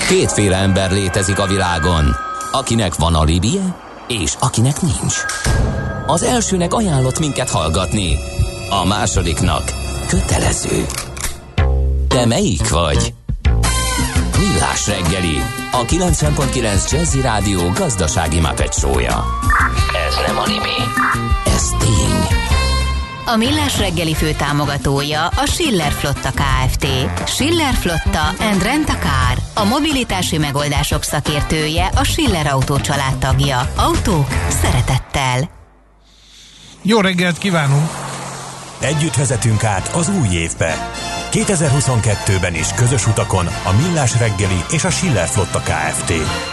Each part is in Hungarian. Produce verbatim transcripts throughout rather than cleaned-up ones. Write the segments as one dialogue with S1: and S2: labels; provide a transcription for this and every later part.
S1: Kétféle ember létezik a világon, akinek van alibije, és akinek nincs. Az elsőnek ajánlott minket hallgatni, a másodiknak kötelező. Te melyik vagy? Millás reggeli, a kilencven pont kilenc Jazzy Rádió gazdasági Muppet show-ja. Ez nem anime, ez tény.
S2: A Millás reggeli főtámogatója a Schiller Flotta Kft. Schiller Flotta and Rent a Car. A mobilitási megoldások szakértője, a Schiller Autó család tagja. Autók szeretettel.
S3: Jó reggelt kívánunk!
S4: Együtt vezetünk át az új évbe. kétezer-huszonkettőben is közös utakon a Millás reggeli és a Schiller Flotta Kft.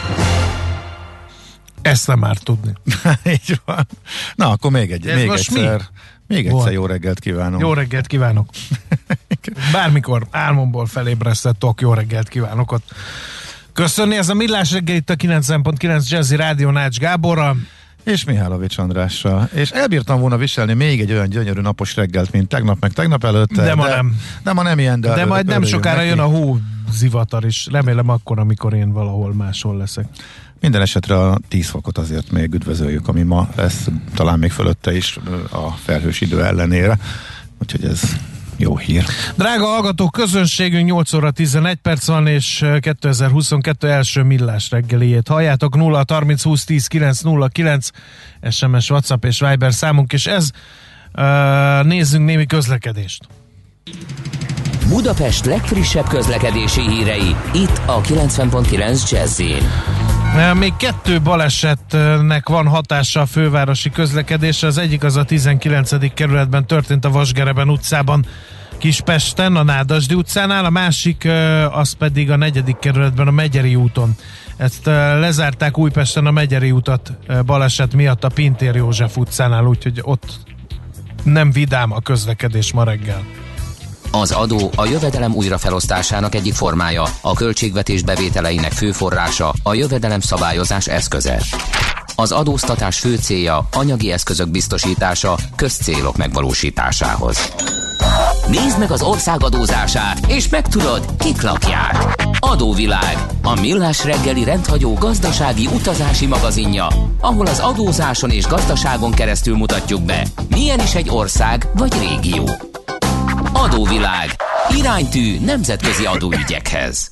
S3: Ezt nem már tudni.
S5: Így van. Na, akkor még, egy, még egyszer. Mi? Még egyszer
S3: Volt.
S5: Jó reggelt kívánok.
S3: Jó reggelt kívánok. Bármikor álmomból felébresztettok, jó reggelt kívánok. Ott köszönni, ez a Millás reggel itt a kilencven pont kilenc Jazzy Rádió Nács Gáborral.
S5: És Mihálovics Andrással. És elbírtam volna viselni még egy olyan gyönyörű napos reggelt, mint tegnap, meg tegnap előtt.
S3: De ma de, nem.
S5: De ma nem ilyen, de,
S3: de majd nem sokára neki. Jön a hó zivatar is. Remélem akkor, amikor én valahol máshol leszek.
S5: Minden esetre a tíz fokot azért még üdvözöljük, ami ma lesz, talán még fölötte is a felhős idő ellenére. Úgyhogy ez jó hír. Drága hallgatók, közönségünk nyolc óra tizenegy perc van, és kétezer-huszonkettő első Millás reggeliét halljátok. Nulla harminc húsz tíz kilenc nulla kilenc es em es, WhatsApp és Viber számunk, és ez uh, nézzünk némi közlekedést.
S1: Budapest legfrissebb közlekedési hírei, itt a kilencven pont kilenc Jazzyn.
S3: Még kettő balesetnek van hatása a fővárosi közlekedésre. Az egyik az a tizenkilencedik kerületben történt, a Vasgereben utcában Kispesten, a Nádasdy utcánál, a másik az pedig a negyedik kerületben, a Megyeri úton. Ezt lezárták Újpesten a Megyeri utat baleset miatt a Pintér József utcánál, úgyhogy ott nem vidám a közlekedés ma reggel.
S1: Az adó a jövedelem újrafelosztásának egyik formája, a költségvetés bevételeinek fő forrása, a jövedelem szabályozás eszköze. Az adóztatás fő célja anyagi eszközök biztosítása közcélok megvalósításához. Nézd meg az ország adózását, és megtudod, kik lakják. Adóvilág, a Millás reggeli rendhagyó gazdasági utazási magazinja, ahol az adózáson és gazdaságon keresztül mutatjuk be, milyen is egy ország vagy régió. Adóvilág. Iránytű nemzetközi adóügyekhez.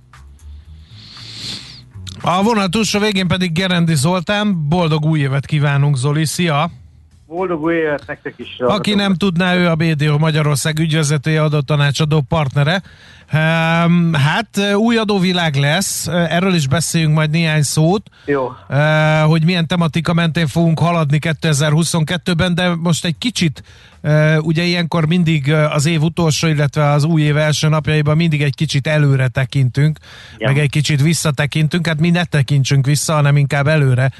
S3: A vonal túlsó végén pedig Gerendi Zoltán. Boldog új évet kívánunk, Zoli. Szia!
S6: Boldog új évet nektek is.
S3: Aki nem tudná, ő a bé dé o Magyarország ügyvezetője, adótanácsadó partnere. Hát új adóvilág lesz, erről is beszéljünk majd néhány szót.
S6: Jó.
S3: Hogy milyen tematika mentén fogunk haladni kétezer-huszonkettőben, de most egy kicsit, ugye ilyenkor mindig az év utolsó, illetve az új év első napjaiban mindig egy kicsit előre tekintünk, ja. meg egy kicsit visszatekintünk, hát mi ne tekintsünk vissza, hanem inkább előre.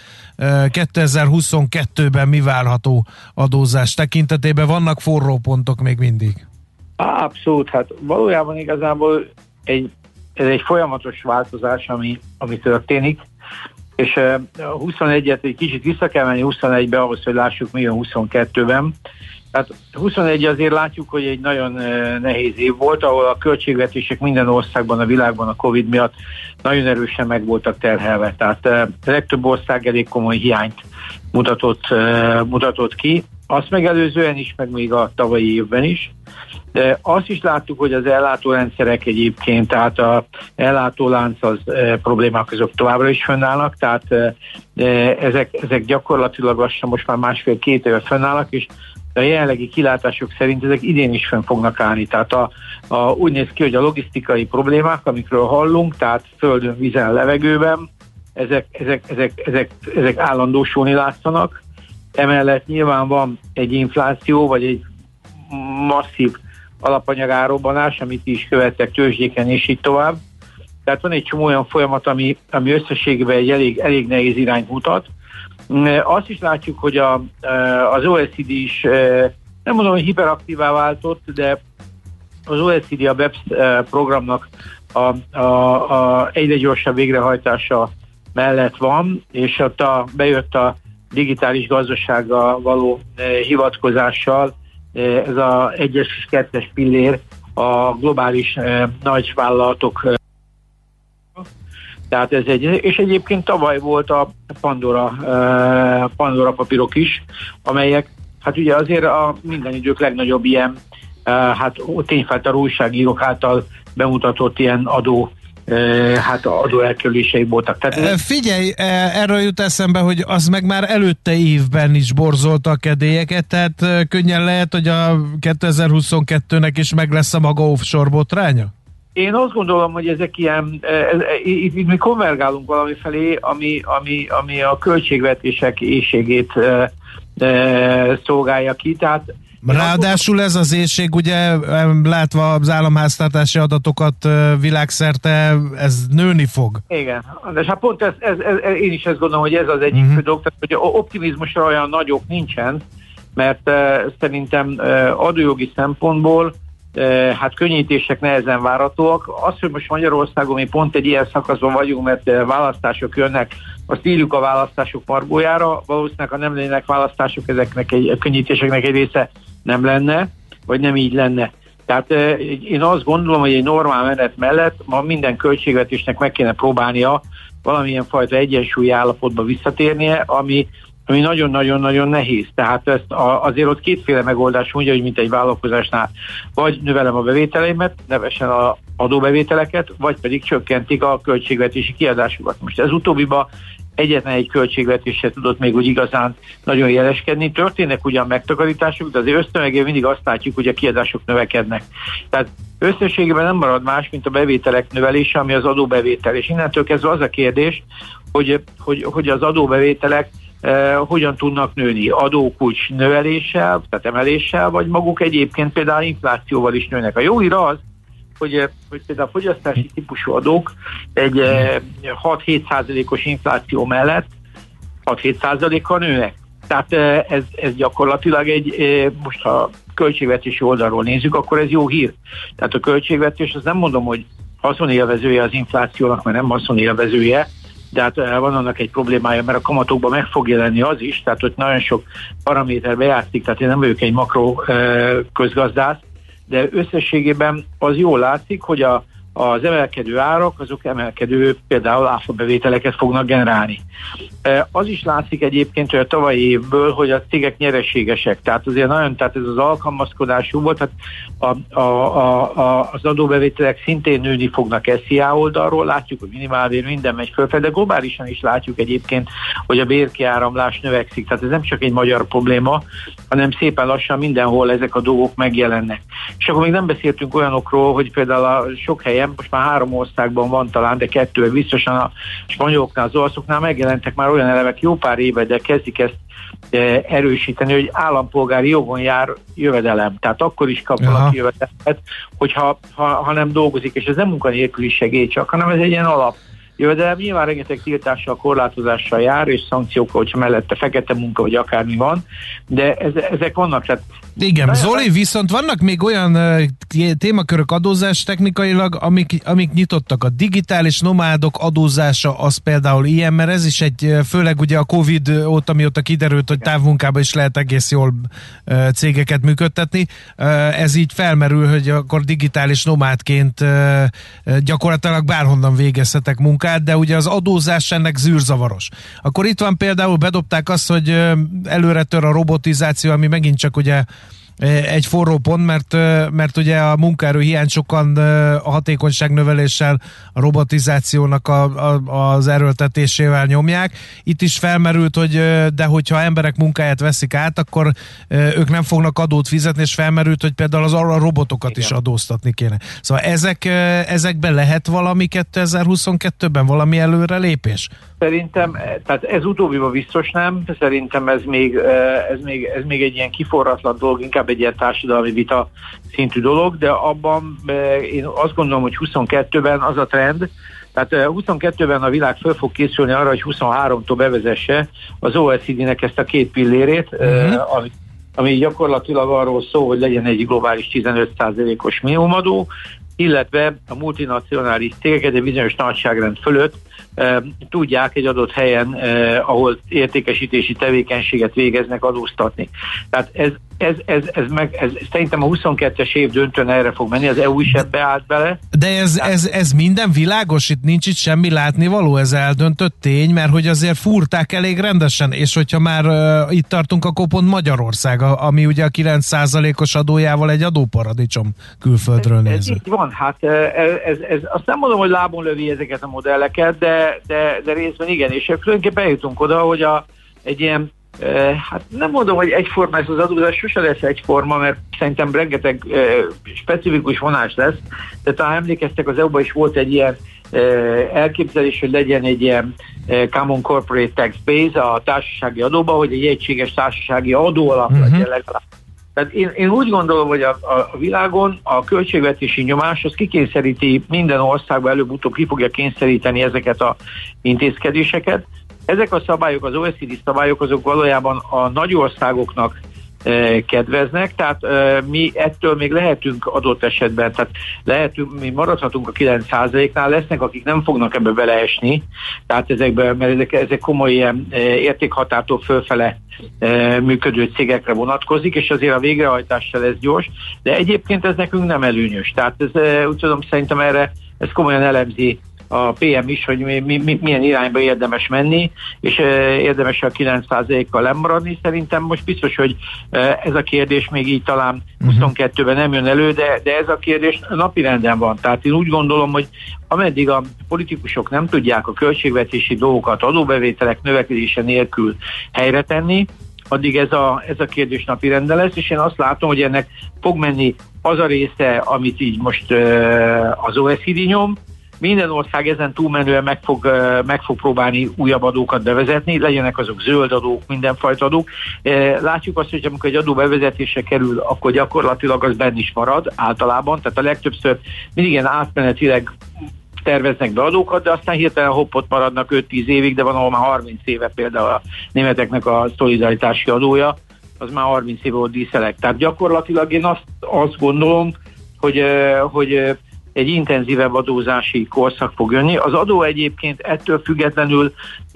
S3: kétezer-huszonkettőben mi várható adózás tekintetében? Vannak forró pontok még mindig?
S6: Abszolút, hát valójában igazából egy, ez egy folyamatos változás, ami, ami történik, és a huszonegyet egy kicsit vissza kell menni huszonegybe ahhoz, hogy lássuk, mi jön huszonkettőben. Tehát huszonegy azért látjuk, hogy egy nagyon nehéz év volt, ahol a költségvetések minden országban, a világban a Covid miatt nagyon erősen meg voltak terhelve. Tehát a legtöbb ország elég komoly hiányt mutatott, mutatott ki. Azt megelőzően is, meg még a tavalyi évben is. De azt is láttuk, hogy az ellátórendszerek egyébként, tehát az ellátólánc az e, problémák azok továbbra is fönnállnak, tehát e, ezek, ezek gyakorlatilag lassan most már másfél-két éve fönnállnak, és a jelenlegi kilátások szerint ezek idén is fönn fognak állni. Tehát a, a, úgy néz ki, hogy a logisztikai problémák, amikről hallunk, tehát földön, vízen, levegőben, ezek, ezek, ezek, ezek, ezek állandósulni látszanak. Emellett nyilván van egy infláció, vagy egy masszív alapanyagáróbanás, amit is követtek tőzsdéken, és így tovább. Tehát van egy csomó olyan folyamat, ami, ami összességében egy elég, elég nehéz irányt mutat. Azt is látjuk, hogy a, az o e cé dé is, nem mondom, hogy hiperaktívá váltott, de az o e cé dé a bé e pé es programnak a, a, a egyre gyorsabb végrehajtása mellett van, és ott a, bejött a digitális gazdasággal való hivatkozással ez az egyes és kettes pillér a globális nagyvállalatok. Tehát ez egy, és egyébként tavaly volt a Pandora, Pandora papírok is, amelyek, hát ugye azért a minden idők legnagyobb ilyen, hát tényfeltáró újságírók által bemutatott ilyen adó, hát adó elkerülései voltak. Tehát
S3: Figyelj, erről jut eszembe, hogy az meg már előtte évben is borzolta a kedélyeket, tehát könnyen lehet, hogy a kétezer-huszonkettőnek is meg lesz a maga offshore botránya?
S6: Én azt gondolom, hogy ezek ilyen, itt, itt mi konvergálunk valami felé, ami, ami, ami a költségvetések éhségét e, e, szolgálja ki. Tehát
S3: ráadásul ez az éhség, ugye látva az államháztartási adatokat világszerte, ez nőni fog.
S6: Igen, de hát pont ez, ez, ez, én is ezt gondolom, hogy ez az egyik uh-huh. fő dolog, tehát hogy optimizmusra olyan nagyok nincsen, mert uh, szerintem uh, adójogi szempontból uh, hát könnyítések nehezen várhatóak. Az, hogy most Magyarországon mi pont egy ilyen szakaszban vagyunk, mert uh, választások jönnek, azt írjuk a választások margójára, valószínűleg ha nem lennének választások, ezeknek egy, a könnyítéseknek egy része nem lenne, vagy nem így lenne. Tehát uh, én azt gondolom, hogy egy normál menet mellett ma minden költségvetésnek meg kéne próbálnia valamilyen fajta egyensúlyi állapotba visszatérnie, ami ami nagyon-nagyon-nagyon nehéz. Tehát ezt a, azért ott kétféle megoldás mondja, hogy mint egy vállalkozásnál, vagy növelem a bevételeimet, nevesen a adóbevételeket, vagy pedig csökkentik a költségvetési kiadásokat. Most ez utóbbiba egyetlen egy költségvetésre tudott még úgy igazán nagyon jeleskedni. Történnek ugyan megtakarítások, de azért össztömegében mindig azt látjuk, hogy a kiadások növekednek. Tehát összességében nem marad más, mint a bevételek növelése, ami az adóbevétel. És innentől kezdve az a kérdés, hogy, hogy, hogy az adóbevételek Uh, hogyan tudnak nőni? Adókulcs növeléssel, tehát emeléssel, vagy maguk egyébként például inflációval is nőnek. A jó hír az, hogy, hogy például a fogyasztási típusú adók egy uh, hat-hét százalékos infláció mellett hat-hét százalékkal nőnek. Tehát uh, ez, ez gyakorlatilag egy, uh, most ha költségvetési oldalról nézzük, akkor ez jó hír. Tehát a költségvetés, azt nem mondom, hogy haszonélvezője az inflációnak, mert nem haszonélvezője, de hát van annak egy problémája, mert a kamatokban meg fog jelenni az is, tehát hogy nagyon sok paraméter bejátszik, tehát én nem vagyok egy makro közgazdász, de összességében az jól látszik, hogy a, az emelkedő árak, azok emelkedő például áfabevételeket fognak generálni. Az is látszik egyébként, hogy a tavalyi évből, hogy a cégek nyereségesek, tehát azért nagyon, tehát ez az alkalmazkodású volt, tehát a, a, a, a, az adóbevételek szintén nőni fognak es zé á oldalról, látjuk, hogy minimálbér minden megy fölfel, de globálisan is látjuk egyébként, hogy a bérkiáramlás növekszik, tehát ez nem csak egy magyar probléma, hanem szépen lassan mindenhol ezek a dolgok megjelennek. És akkor még nem beszéltünk olyanokról, hogy például a sok helyen, most már három országban van talán, de kettő biztosan a spanyoloknál, az olaszoknál megjelentek már olyan elemek jó pár éve, de kezdik ezt e, erősíteni, hogy állampolgári jogon jár jövedelem. Tehát akkor is kap valaki jövedelemet, hogyha ha, ha nem dolgozik, és ez nem munkanélküli segély csak, hanem ez egy ilyen alap jövedelem. Nyilván rengeteg tiltással, korlátozással jár, és szankciókkal, hogyha mellette fekete munka, vagy akármi van, de ez, ezek vannak. Tehát
S3: igen, nagyon Zoli, viszont vannak még olyan uh, témakörök adózás technikailag, amik, amik nyitottak. A digitális nomádok adózása az például ilyen, mert ez is egy, főleg ugye a Covid óta, mióta kiderült, hogy távmunkában is lehet egész jól uh, cégeket működtetni. Uh, ez így felmerül, hogy akkor digitális nomádként uh, gyakorlatilag bárhonnan végezhetek munkát, de ugye az adózás ennek zűrzavaros. Akkor itt van például, bedobták azt, hogy uh, előre tör a robotizáció, ami megint csak ugye egy forró pont, mert, mert ugye a munkaerő hiány sokan a hatékonyság növeléssel, a robotizációnak a, a, az erőltetésével nyomják. Itt is felmerült, hogy de hogyha emberek munkáját veszik át, akkor ők nem fognak adót fizetni, és felmerült, hogy például az a robotokat Igen. is adóztatni kéne. Szóval ezek, ezekben lehet valami kétezer-huszonkettőben, valami előrelépés?
S6: Szerintem, tehát ez utóbbiban biztos nem, szerintem ez még, ez még, ez még egy ilyen kiforratlan dolog, inkább egy ilyen társadalmi vita szintű dolog, de abban én azt gondolom, hogy huszonkettőben az a trend, tehát huszonkettőben a világ föl fog készülni arra, hogy huszonháromtól bevezesse az o e cé dé-nek ezt a két pillérét, uh-huh. ami, ami gyakorlatilag arról szól, hogy legyen egy globális tizenöt százalékos minimumadó, illetve a multinacionális cégeket egy bizonyos nagyságrend fölött e, tudják egy adott helyen, e, ahol értékesítési tevékenységet végeznek, adóztatni. Tehát ez, ez, ez, ez, meg, ez szerintem a huszonkettes év döntően erre fog menni, az é u is ebbe állt bele.
S3: De ez, ez, ez minden világos, itt nincs itt semmi látnivaló, ez eldöntött tény, mert hogy azért fúrták elég rendesen, és hogyha már uh, itt tartunk, akkor pont Magyarország, ami ugye a kilenc százalékos adójával egy adóparadicsom külföldről nézve.
S6: Ez, ez így van, hát ez, ez, ez, azt nem mondom, hogy lábon lövi ezeket a modelleket, de, de, de részben igen, és tulajdonképpen eljutunk oda, hogy a, egy ilyen hát nem mondom, hogy egyforma ez az adózás, sose lesz egyforma, mert szerintem rengeteg uh, specifikus vonás lesz, de talán emlékeztek, az é u-ban is volt egy ilyen uh, elképzelés, hogy legyen egy ilyen uh, Common Corporate Tax Base a társasági adóban, hogy egy egységes társasági adó alap uh-huh. legyen legalább. Tehát én, én úgy gondolom, hogy a, a világon a költségvetési nyomás az kikényszeríti minden országban, előbb-utóbb ki fogja kényszeríteni ezeket az intézkedéseket. Ezek a szabályok, az o e cé dé szabályok, azok valójában a nagy országoknak e, kedveznek, tehát e, mi ettől még lehetünk adott esetben, tehát lehetünk, mi maradhatunk a kilenc százaléknál, lesznek, akik nem fognak ebbe beleesni, tehát ezekben, mert ezek, ezek komoly ilyen e, értékhatártól fölfele e, működő cégekre vonatkozik, és azért a végrehajtással ez gyors, de egyébként ez nekünk nem előnyös. Tehát ez, e, úgy tudom, szerintem erre ez komolyan elemzi a pé em is, hogy mi, mi, milyen irányba érdemes menni, és e, érdemes a kilenc százalékkal lemaradni. Szerintem most biztos, hogy e, ez a kérdés még így talán huszonkettőben nem jön elő, de, de ez a kérdés napirenden van. Tehát én úgy gondolom, hogy ameddig a politikusok nem tudják a költségvetési dolgokat adóbevételek növekedése nélkül helyre tenni, addig ez a, ez a kérdés napirenden lesz, és én azt látom, hogy ennek fog menni az a része, amit így most e, az o e cé dé nyom. Minden ország ezen túlmenően meg fog, meg fog próbálni újabb adókat bevezetni, legyenek azok zöld adók, mindenfajta adók. Látjuk azt, hogy amikor egy adó bevezetésre kerül, akkor gyakorlatilag az benn is marad általában, tehát a legtöbbször mindig ilyen átmenetileg terveznek be adókat, de aztán hirtelen hoppot maradnak öt-tíz évig, de van ahol már harminc éve például a németeknek a szolidaritási adója, az már harminc éve volt díszelek. Tehát gyakorlatilag én azt, azt gondolom, hogy, hogy egy intenzívebb adózási korszak fog jönni. Az adó egyébként ettől függetlenül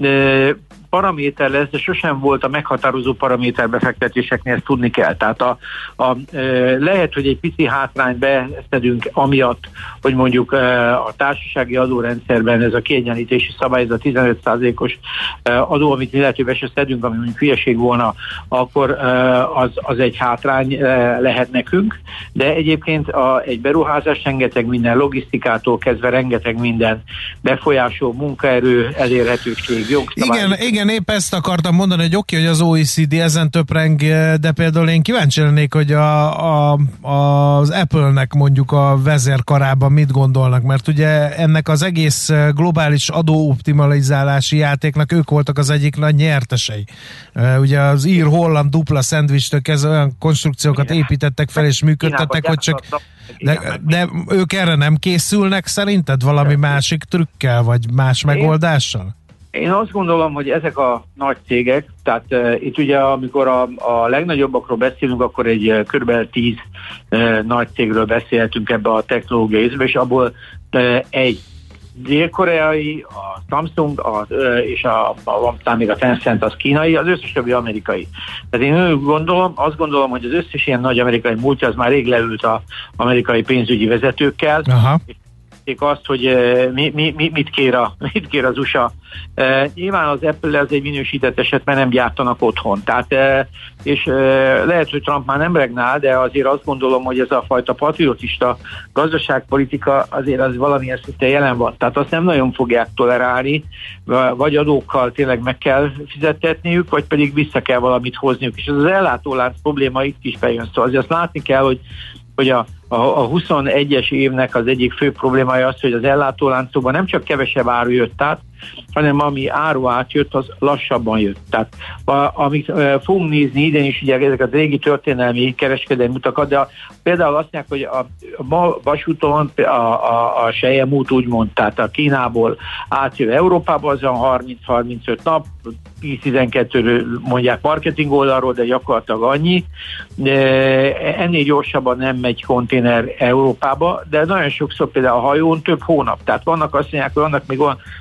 S6: e, paraméter lesz, de sosem volt a meghatározó paraméter befektetéseknél, ezt tudni kell. Tehát a, a, e, lehet, hogy egy pici hátrányt beszedünk amiatt, hogy mondjuk e, a társasági adórendszerben ez a kiegyenlítési szabály, ez a tizenöt százalékos e, adó, amit mi lehetőbb se szedünk, ami mondjuk hülyeség volna, akkor e, az, az egy hátrány e, lehet nekünk, de egyébként a, egy beruházás rengeteg minden logisztikától kezdve rengeteg minden befolyásol, munkaerő, elérhetőség, jogszabály.
S3: Igen, igen, épp ezt akartam mondani, hogy oké, hogy az o e cé dé ezen töpreng, de például én kíváncsi lennék, hogy a, a, az Apple-nek mondjuk a vezérkarában mit gondolnak, mert ugye ennek az egész globális adóoptimalizálási játéknak ők voltak az egyik nagy nyertesei. Ugye az ír-holland dupla szendvicstől kezdve olyan konstrukciókat építettek fel és működtettek, hogy csak De, de ők erre nem készülnek szerinted valami másik trükkel, vagy más én, megoldással?
S6: Én azt gondolom, hogy ezek a nagy cégek, tehát uh, itt ugye amikor a, a legnagyobbakról beszélünk, akkor egy uh, kb. tíz uh, nagy cégről beszélhetünk ebbe a technológiai részbe, és abból uh, egy dél-koreai, a Samsung a, és a, a, a, még a Tencent az kínai, az összes többi amerikai. Tehát én úgy gondolom, azt gondolom, hogy az összes ilyen nagy amerikai múltja az már rég leült az amerikai pénzügyi vezetőkkel, aha. És azt, hogy mi, mi, mi, mit, kér a, mit kér az u es á. E, nyilván az Apple az egy minősített eset, mert nem gyártanak otthon. Tehát, e, és e, lehet, hogy Trump már nem regnál, de azért azt gondolom, hogy ez a fajta patriotista gazdaságpolitika azért az valamilyen szinten jelen van. Tehát azt nem nagyon fogják tolerálni, vagy adókkal tényleg meg kell fizettetniük, vagy pedig vissza kell valamit hozniuk. És ez az ellátólánc probléma itt is bejön. Szóval azért azt látni kell, hogy hogy a, a, a huszonegyes évnek az egyik fő problémája az, hogy az ellátóláncokban nem csak kevesebb áru jött át, hanem ami áru átjött, az lassabban jött. Tehát a, amit e, fogunk nézni idén is, ugye ezek a régi történelmi kereskedelmi utakat, de a, például azt mondják, hogy a, a vasúton a, a, a selyemút úgymond, tehát a Kínából átjön Európába, az olyan harminc-harmincöt nap, tíz-tizenkettőről mondják marketing oldalról, de gyakorlatilag annyi. De ennél gyorsabban nem megy konténer Európába, de nagyon sokszor például a hajón több hónap. Tehát vannak azt mondják, hogy vannak még olyan október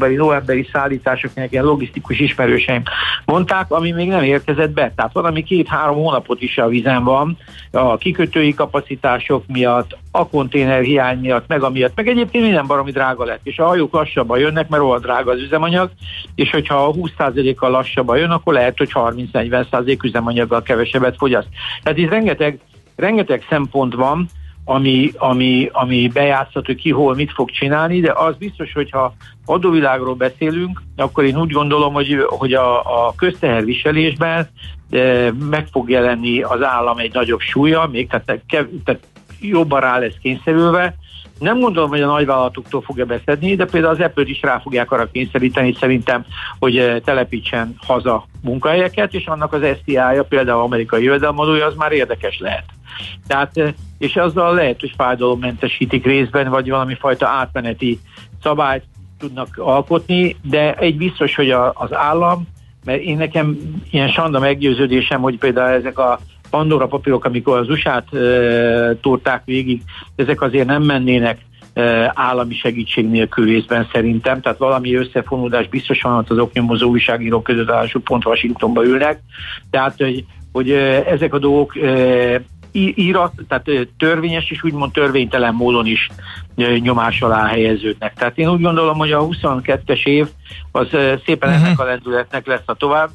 S6: októberi, novemberi szállításoknak ilyen logisztikus ismerőseim mondták, ami még nem érkezett be. Tehát van, ami két-három hónapot is a vízen van, a kikötői kapacitások miatt, a konténer hiány miatt, meg amiatt, meg egyébként minden baromi drága lett, és a hajók lassabban jönnek, mert olyan drága az üzemanyag, és hogyha húsz százalékkal lassabban jön, akkor lehet, hogy harminc-negyven százalék üzemanyaggal kevesebbet fogyaszt. Tehát itt rengeteg, rengeteg szempont van, ami, ami, ami bejátszhat, hogy ki hol mit fog csinálni, de az biztos, hogyha adóvilágról beszélünk, akkor én úgy gondolom, hogy, hogy a, a közteherviselésben e, meg fog jelenni az állam egy nagyobb súlya, még tehát, tehát jobban rá lesz kényszerülve. Nem gondolom, hogy a nagyvállalatoktól fogja beszedni, de például az Apple-t is rá fogják arra kényszeríteni szerintem, hogy telepítsen haza munkahelyeket, és annak az es té á-ja, például amerikai jövedelmadója, az már érdekes lehet. Tehát, és azzal lehet, hogy fájdalommentesítik részben, vagy valami fajta átmeneti szabályt tudnak alkotni, de egy biztos, hogy a, az állam, mert én nekem ilyen sanda meggyőződésem, hogy például ezek a Pandora papírok, amikor az u es á-t e, túrták végig, ezek azért nem mennének e, állami segítség nélkül részben szerintem, tehát valami összefonódás biztosan ott az oknyomozó újságírók között állású pont Washingtonba ülnek, tehát hogy, hogy e, ezek a dolgok e, írat, tehát törvényes és úgymond törvénytelen módon is nyomás alá helyeződnek. Tehát én úgy gondolom, hogy a huszonkettes év az szépen uh-huh. ennek a lendületnek lesz a tovább,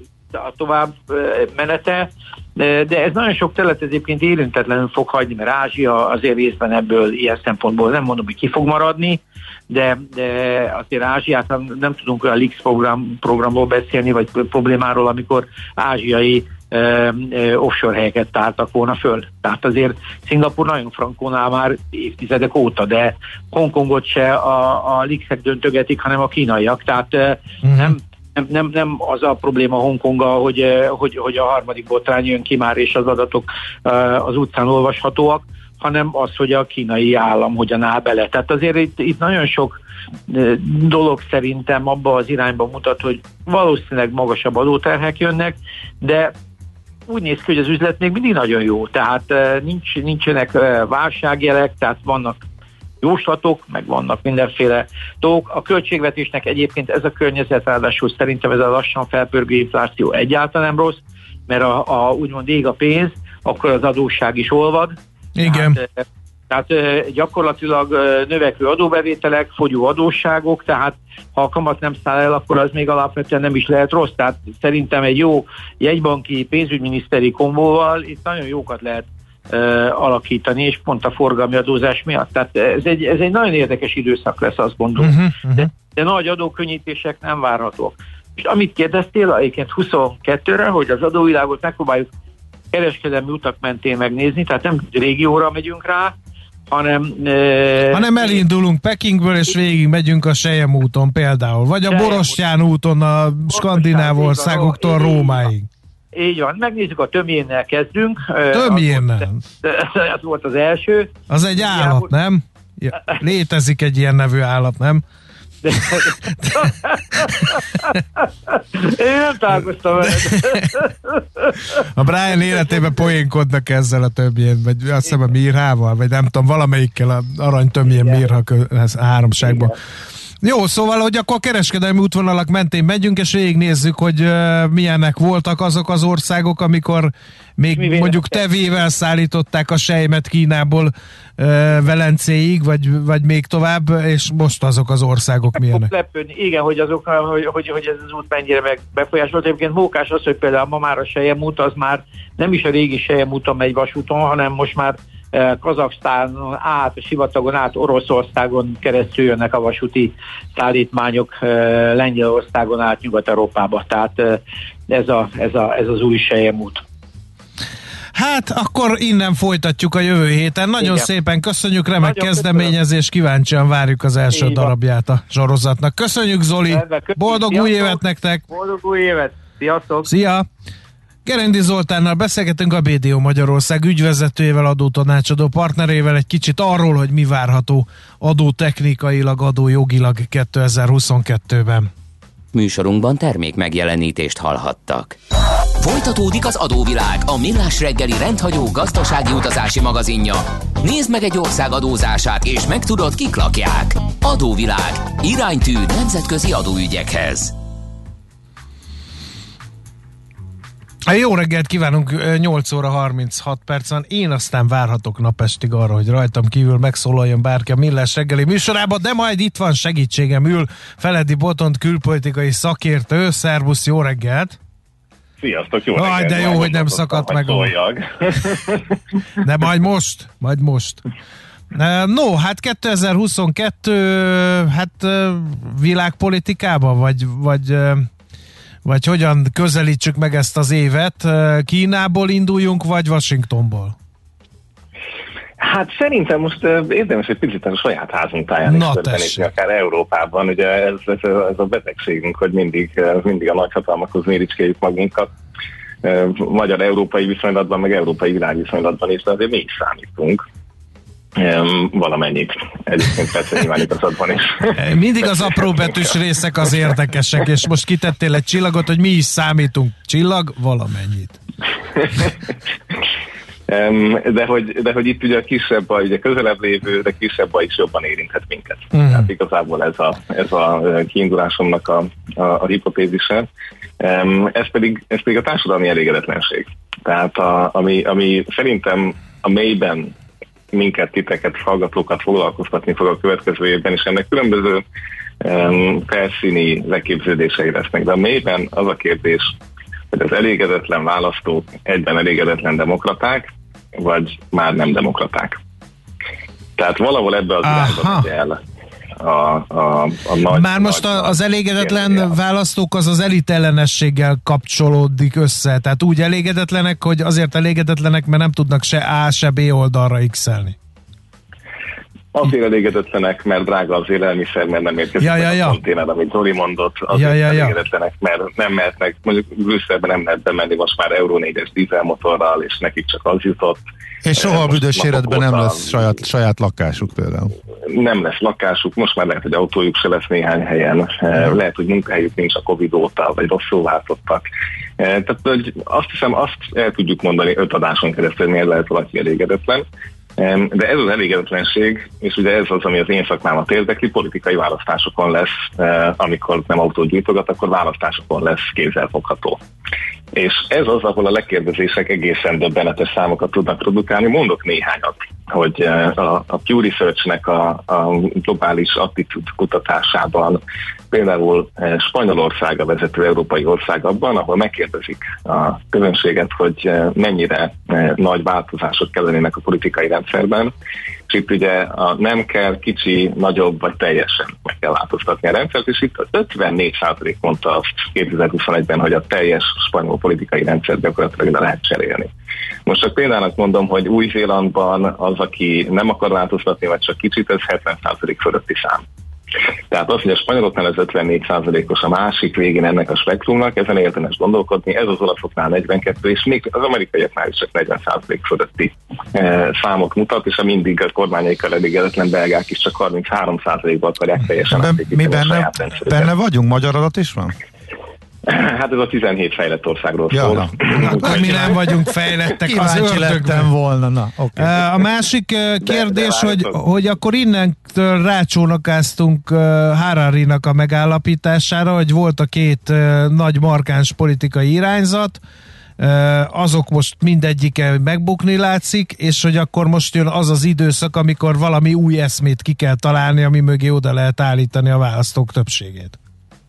S6: a tovább menete, de ez nagyon sok terület egyébként érintetlenül fog hagyni, mert Ázsia azért részben ebből ilyen szempontból nem mondom, hogy ki fog maradni, de, de azért Ázsiát nem, nem tudunk olyan Leaks program, programról beszélni, vagy problémáról, amikor ázsiai Uh, uh, offshore helyeket tártak volna föl. Tehát azért Szingapur nagyon frankónál már évtizedek óta, de Hongkongot se a, a Leaks-ek döntögetik, hanem a kínaiak. Tehát uh, uh-huh. nem, nem, nem, nem az a probléma Hongkonggal, hogy, uh, hogy, hogy a harmadik botrány jön ki már, és az adatok uh, az utcán olvashatóak, hanem az, hogy a kínai állam hogyan áll bele. Tehát azért itt, itt nagyon sok uh, dolog szerintem abba az irányba mutat, hogy valószínűleg magasabb adóterhek jönnek, de úgy néz ki, hogy az üzlet még mindig nagyon jó, tehát uh, nincs, nincsenek uh, válságjelek, tehát vannak jóslatok, meg vannak mindenféle dolgok. A költségvetésnek egyébként ez a környezet, ráadásul szerintem ez a lassan felpörgő infláció egyáltalán nem rossz, mert a, a úgymond ég a pénz, akkor az adósság is olvad.
S3: Igen.
S6: Tehát, tehát gyakorlatilag növekvő adóbevételek, fogyó adósságok, tehát ha a kamat nem száll el, akkor az még alapvetően nem is lehet rossz. Tehát szerintem egy jó jegybanki pénzügyminiszteri kombóval itt nagyon jókat lehet uh, alakítani, és pont a forgalmi adózás miatt. Tehát ez egy, ez egy nagyon érdekes időszak lesz, azt gondolom. Uh-huh, uh-huh. De, de nagy adókönnyítések nem várhatók. És amit kérdeztél, egyébként huszonkettőre, hogy az adóvilágot megpróbáljuk kereskedelmi utak mentén megnézni, tehát nem régióra megyünk rá, hanem... E,
S3: hanem elindulunk Pekingből, és végig megyünk a Selyem úton például, vagy a Borostyán úton a skandináv országoktól Rómáig.
S6: Így van, megnézzük, a Tömjénnel kezdünk.
S3: Tömjénnel?
S6: Ez volt az első.
S3: Az egy állat, nem? Ja, létezik egy ilyen nevű állat, nem?
S6: De... Én nem találkoztam veled.
S3: A Brian életében poénkodnak ezzel a többjén, vagy azt hiszem a Mirhával, vagy nem tudom, valamelyikkel a arany többjén Mirha háromságban. Jó, szóval, hogy akkor a kereskedelmi útvonalak mentén megyünk, és végignézzük, hogy uh, milyenek voltak azok az országok, amikor még Mi mondjuk tevével szállították a selymet Kínából uh, Velencéig, vagy, vagy még tovább, és most azok az országok milyenek.
S6: Lepődni. Igen, hogy, azok, hogy, hogy, hogy ez az út mennyire meg befolyásolt. Egyébként mókás az, hogy például ma már a Selyem út, az már nem is a régi Selyem úton megy vasúton, hanem most már Kazaksztánon át, a sivatagon át, Oroszországon keresztül jönnek a vasúti szállítmányok, Lengyelországon át Nyugat-Európába. Tehát ez, a, ez, a, ez az új Selyem út.
S3: Hát akkor innen folytatjuk a jövő héten. Nagyon Igen. szépen köszönjük, remek Nagyon kezdeményezés, kíváncsian várjuk az első Igen. darabját a sorozatnak. Köszönjük, Zoli! Köszönjük. Boldog Sziasztok. Új évet nektek!
S6: Boldog új évet! Sziasztok!
S3: Szia! Gerendi Zoltánnal beszélgetünk, a bé dé o Magyarország ügyvezetőjével, adótanácsadó partnerével egy kicsit arról, hogy mi várható adótechnikailag, adójogilag kétezer-huszonkettőben.
S1: Műsorunkban termék megjelenítést hallhattak. Folytatódik az Adóvilág, a millás reggeli rendhagyó gazdasági utazási magazinja. Nézd meg egy ország adózását, és megtudod, kik lakják. Adóvilág. Iránytű nemzetközi adóügyekhez.
S3: Jó reggelt kívánunk, nyolc óra harminchat percen. Én aztán várhatok napestig arra, hogy rajtam kívül megszólaljon bárki a millás reggeli műsorába, de majd itt van segítségem, ül Feledi Botont külpolitikai szakértő. Szervusz, jó reggelt!
S7: Sziasztok, jó reggelt!
S3: Aj, de jó, hogy nem szakadt meg. De majd most, majd most. No, hát kétezer-huszonkettő, hát világpolitikában, vagy, vagy, vagy hogyan közelítsük meg ezt az évet? Kínából induljunk, vagy Washingtonból?
S7: Hát szerintem most érdemes egy picit a saját házunk táján is történni, akár Európában. Ugye ez, ez, ez a betegségünk, hogy mindig, mindig a nagyhatalmakhoz méricskéljük magunkat. Magyar-európai viszonylatban, meg európai világviszonylatban is, de azért mi is számítunk. Valamennyit. Egyébként persze nyilván igazadban is.
S3: Mindig az apróbetűs részek az érdekesek, és most kitettél egy csillagot, hogy mi is számítunk. Csillag valamennyit.
S7: De hogy, de hogy itt ugye a kisebb baj, ugye közelebb lévő, de kisebb baj is jobban érinthet minket.
S3: Mm.
S7: Tehát igazából ez a, ez a kiindulásomnak a, a, a hipotézise. Ez pedig, ez pedig a társadalmi elégedetlenség. Tehát a, ami, ami szerintem a mélyben minket, titeket, hallgatókat foglalkoztatni fog a következő évben, és ennek különböző um, felszíni leképződései lesznek. De a mélyben az a kérdés, hogy az elégedetlen választók egyben elégedetlen demokraták, vagy már nem demokraták. Tehát valahol ebbe az irányba megy el a, a, a nagy...
S3: Már most
S7: nagy,
S3: az elégedetlen
S7: kérdés.
S3: választók az az elitellenességgel kapcsolódik össze. Tehát úgy elégedetlenek, hogy azért elégedetlenek, mert nem tudnak se A, se B oldalra x-elni.
S7: Azért elégedetlenek, mert drága az élelmiszer, mert nem érkezik
S3: ja, ja, ja.
S7: a konténer, amit Zoli mondott. Azért
S3: ja, ja, ja.
S7: elégedetlenek, mert nem mehetnek, mondjuk Brüsszelben nem lehet bemenni most már Euró négyes dízelmotorral, és nekik csak az jutott.
S5: És soha a büdös életben nem lesz saját, saját lakásuk például.
S7: Nem lesz lakásuk, most már lehet, hogy autójuk se lesz néhány helyen, lehet, hogy munkahelyük nincs a Covid óta, vagy rosszul váltottak. Tehát hogy azt hiszem, azt el tudjuk mondani öt adáson keresztül, miért lehet valaki elégedetlen. De ez az elégedetlenség, és ugye ez az, ami az én szakmámat érdekli, politikai választásokon lesz, amikor nem autót gyújtogat, akkor választásokon lesz kézzelfogható. És ez az, ahol a lekérdezések egészen döbbenetes számokat tudnak produkálni. Mondok néhányat, hogy a, a Pew Research-nek a, a globális attitűd kutatásában például Spanyolország a vezető európai ország abban, ahol megkérdezik a közönséget, hogy mennyire nagy változások kellenének a politikai rendszerben, és itt ugye a nem kell, kicsi, nagyobb vagy teljesen meg kell változtatni a rendszert, és itt az ötvennégy százalék mondta azt kétezer-huszonegyben, hogy a teljes spanyol politikai rendszert gyakorlatilag le lehet cserélni. Most csak példának mondom, hogy Új-Zélandban az, aki nem akar változtatni, vagy csak kicsit, ez hetven százalék fölötti szám. Tehát az, hogy a spanyoloknál ez ötvennégy százalékos a másik végén ennek a spektrumnak, ezen érdemes gondolkodni, ez az olaszoknál negyvenkettő, és még az amerikaiaknál is csak negyven százalék fölötti e, számot mutat, és a mindig a kormányaikkal elégedetlen belgák is csak harminchárom százalékban akarják teljesen
S5: átépíteni a saját rendszerüket. Benne vagyunk, magyar adat is van?
S7: Hát ez a tizenhét fejlett országról ja, szól.
S3: Akkor mi nem vagyunk fejlettek az ördögben
S5: volna. Na, okay.
S3: A másik kérdés, de, de hogy, hogy akkor innentől rácsónakáztunk Hararinak a megállapítására, hogy volt a két nagy markáns politikai irányzat, azok most mindegyike megbukni látszik, és hogy akkor most jön az az időszak, amikor valami új eszmét ki kell találni, ami mögé oda lehet állítani a választók többségét.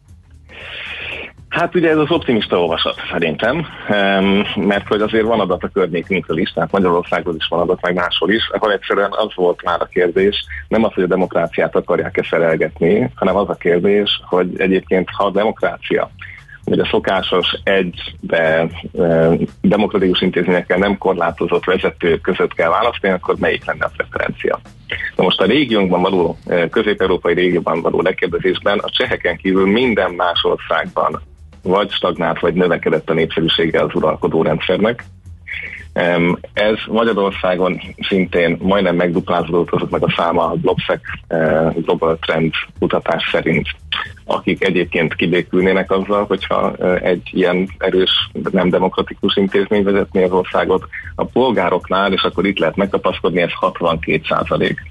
S7: Hát ugye ez az optimista olvasat szerintem, mert hogy azért van adat a környékünkről is, tehát Magyarországról is van adat, meg máshol is, ahol egyszerűen az volt már a kérdés, nem az, hogy a demokráciát akarják-e felelgetni, hanem az a kérdés, hogy egyébként ha a demokrácia, hogy a szokásos egy, de e, demokratikus intézményekkel nem korlátozott vezetők között kell választani, akkor melyik lenne a preferencia? Na most a régiónkban való, közép-európai régióban való lekérdezésben a cseheken kívül minden más országban vagy stagnált, vagy növekedett a népszerűsége az uralkodó rendszernek. Ez Magyarországon szintén majdnem megduplázódott azoknak a száma a Globsec Global Trend kutatás szerint akik egyébként kibékülnének azzal, hogyha egy ilyen erős, nem demokratikus intézmény vezetné az országot. A polgároknál, és akkor itt lehet megkapaszkodni, ez hatvankét százalék,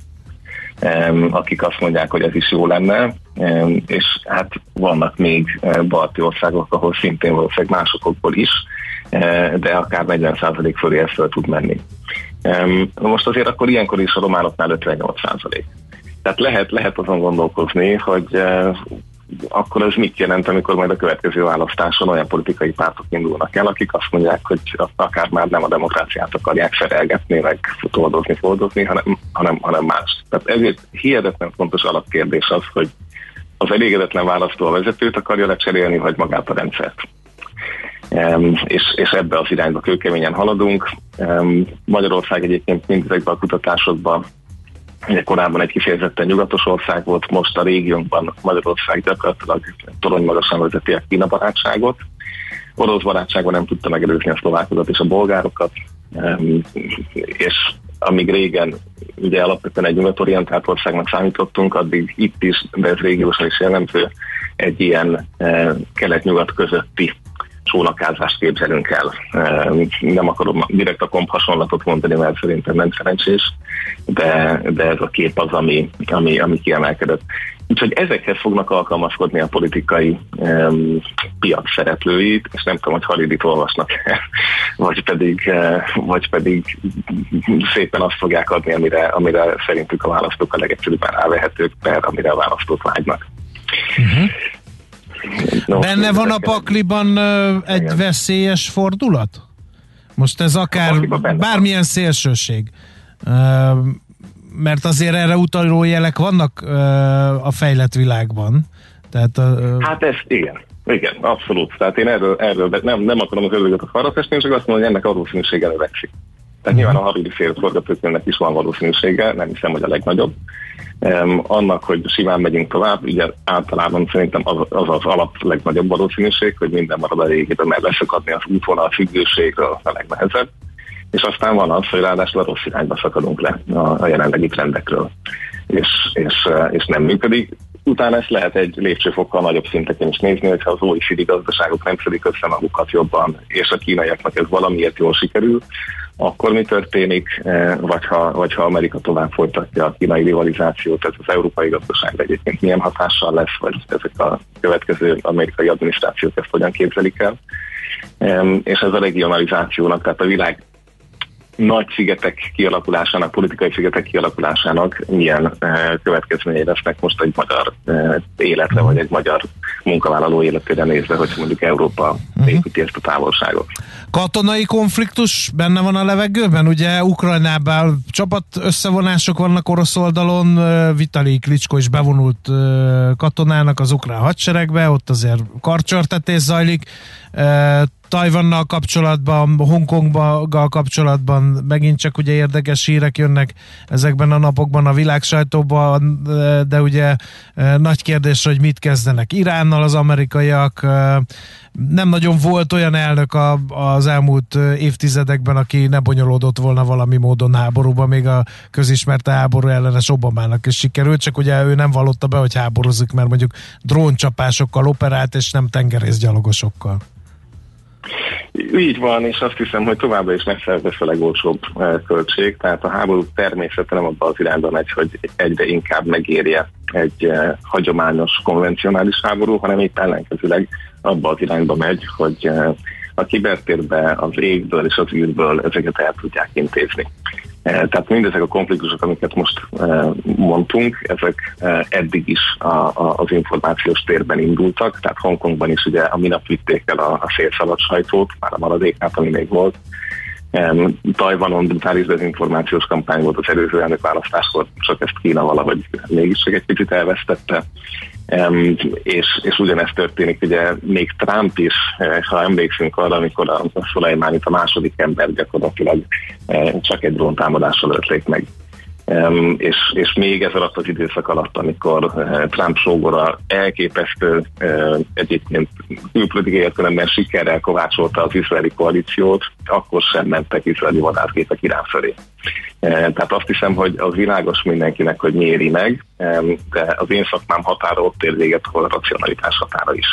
S7: akik azt mondják, hogy ez is jó lenne, és hát vannak még balti országok, ahol szintén valószínűleg másokból is, de akár negyven százalék fölé ez föl tud menni. Most azért akkor ilyenkor is a románoknál ötvennyolc százalék. Tehát lehet, lehet azon gondolkozni, hogy akkor ez mit jelent, amikor majd a következő választáson olyan politikai pártok indulnak el, akik azt mondják, hogy akár már nem a demokráciát akarják szerelgetni, meg futódozni, foldozni, hanem, hanem, hanem más. Tehát ezért hihetetlen fontos alapkérdés az, hogy az elégedetlen választó a vezetőt akarja lecserélni, vagy magát a rendszert. Um, és, és ebbe az irányba kőkeményen haladunk. Um, Magyarország egyébként mindezekben a kutatásokban ugye korábban egy kifejezetten nyugatos ország volt, most a régiónkban Magyarország gyakorlatilag torony magasan vezeti a Kína barátságot. Orosz barátságban nem tudta megelőzni a szlovákokat és a bolgárokat, um, és amíg régen ugye alapvetően egy nyugatorientált országnak számítottunk, addig itt is, de ez régiósan is jellemző, egy ilyen uh, kelet-nyugat közötti csónakázást képzelünk el. Nem akarom direkt a komp hasonlatot mondani, mert szerintem nem szerencsés, de, de ez a kép az, ami, ami, ami kiemelkedett. Úgyhogy ezekhez fognak alkalmazkodni a politikai um, piac szereplőit, és nem tudom, hogy Halidit olvasnak, vagy pedig, vagy pedig szépen azt fogják adni, amire, amire szerintük a választók a legegyszerűbben rávehetők, per amire a választók vágynak.
S3: Uh-huh. No, Benne van a pakliban uh, egy igen. veszélyes fordulat? Most ez akár bármilyen szélsőség. Uh, mert azért erre utaló jelek vannak uh, a fejlett világban. Tehát, uh,
S7: hát ez igen. Igen, abszolút. Tehát én erről, erről nem, nem akarom az ördögöt a falra festni, csak azt mondom, hogy ennek a valószínűsége növekszik. Tehát uh-huh. nyilván a harmadik fél forgatókönyvnek is van valószínűsége, nem hiszem, hogy a legnagyobb. Um, annak, hogy simán megyünk tovább, ugye általában szerintem az az, az alap legnagyobb valószínűség, hogy minden marad a régében, mert leszakadni az útvonal a függőségről a legnehezebb, és aztán van az, hogy ráadásul a rossz irányba szakadunk le a, a jelenlegi trendekről, és, és, és nem működik. Utána ezt lehet egy lépcsőfokkal nagyobb szinteken is nézni, hogyha az o e cé dé gazdaságok nem szedik össze magukat jobban, és a kínaiaknak ez valamiért jól sikerül, akkor mi történik, vagy ha, vagy ha Amerika tovább folytatja a kínai rivalizációt, ez az európai gazdaságra egyébként milyen hatással lesz, vagy ezek a következő amerikai adminisztrációk ezt hogyan képzelik el. És ez a regionalizációnak, tehát a világ nagy szigetek kialakulásának, politikai szigetek kialakulásának milyen következményei lesznek most egy magyar életre, vagy egy magyar munkavállaló életére nézve, hogy mondjuk Európa építi ezt a távolságot.
S3: Katonai konfliktus benne van a levegőben? Ugye Ukrajnában csapat összevonások vannak orosz oldalon, Vitali Klitschko is bevonult katonának az ukrán hadseregbe, ott azért karcsörtetés zajlik. Tajvannal kapcsolatban, Hongkonggal kapcsolatban megint csak ugye érdekes hírek jönnek ezekben a napokban a világ sajtóban, de ugye nagy kérdés, hogy mit kezdenek Iránnal az amerikaiak. Nem nagyon volt olyan elnök az elmúlt évtizedekben, aki ne bonyolódott volna valami módon háborúba, még a közismert háború ellenes Obamának is sikerült, csak ugye ő nem vallotta be, hogy háborúzik, mert mondjuk dróncsapásokkal operált, és nem tengerészgyalogosokkal.
S7: Így van, és azt hiszem, hogy továbbra is megszerzés a legolcsóbb költség, tehát a háború természete nem abban az irányban megy, hogy egyre inkább megérje egy hagyományos, konvencionális háború, hanem épp ellenkezőleg abban az irányba megy, hogy a kibertérbe, az égből és az űrből ezeket el tudják intézni. Tehát mindezek a konfliktusok, amiket most mondtunk, ezek eddig is a, a, az információs térben indultak, tehát Hongkongban is ugye a minap vitték el a, a szélszalag sajtót, már a maradékát, ami még volt. Tajvanon brutális dezinformációs kampány volt az előző elnökválasztáskor, csak ezt Kína valahogy mégis egy picit elvesztette. Um, és, és ugyanezt történik, ugye még Trump is, ha emlékszünk arra, amikor a, a Szulajmánit a második ember gyakorlatilag uh, csak egy dróntámadással ölték meg. Um, és, és még ez alatt az időszak alatt, amikor uh, Trump sógora elképesztő uh, egyébként külpolitikai értelemben sikerrel kovácsolta az izraeli koalíciót, akkor sem mentek izraeli vadászgépek Irán felé. Tehát azt hiszem, hogy az világos mindenkinek, hogy méri meg, de az én szakmám határa ott ér véget, ahol a racionalitás határa is.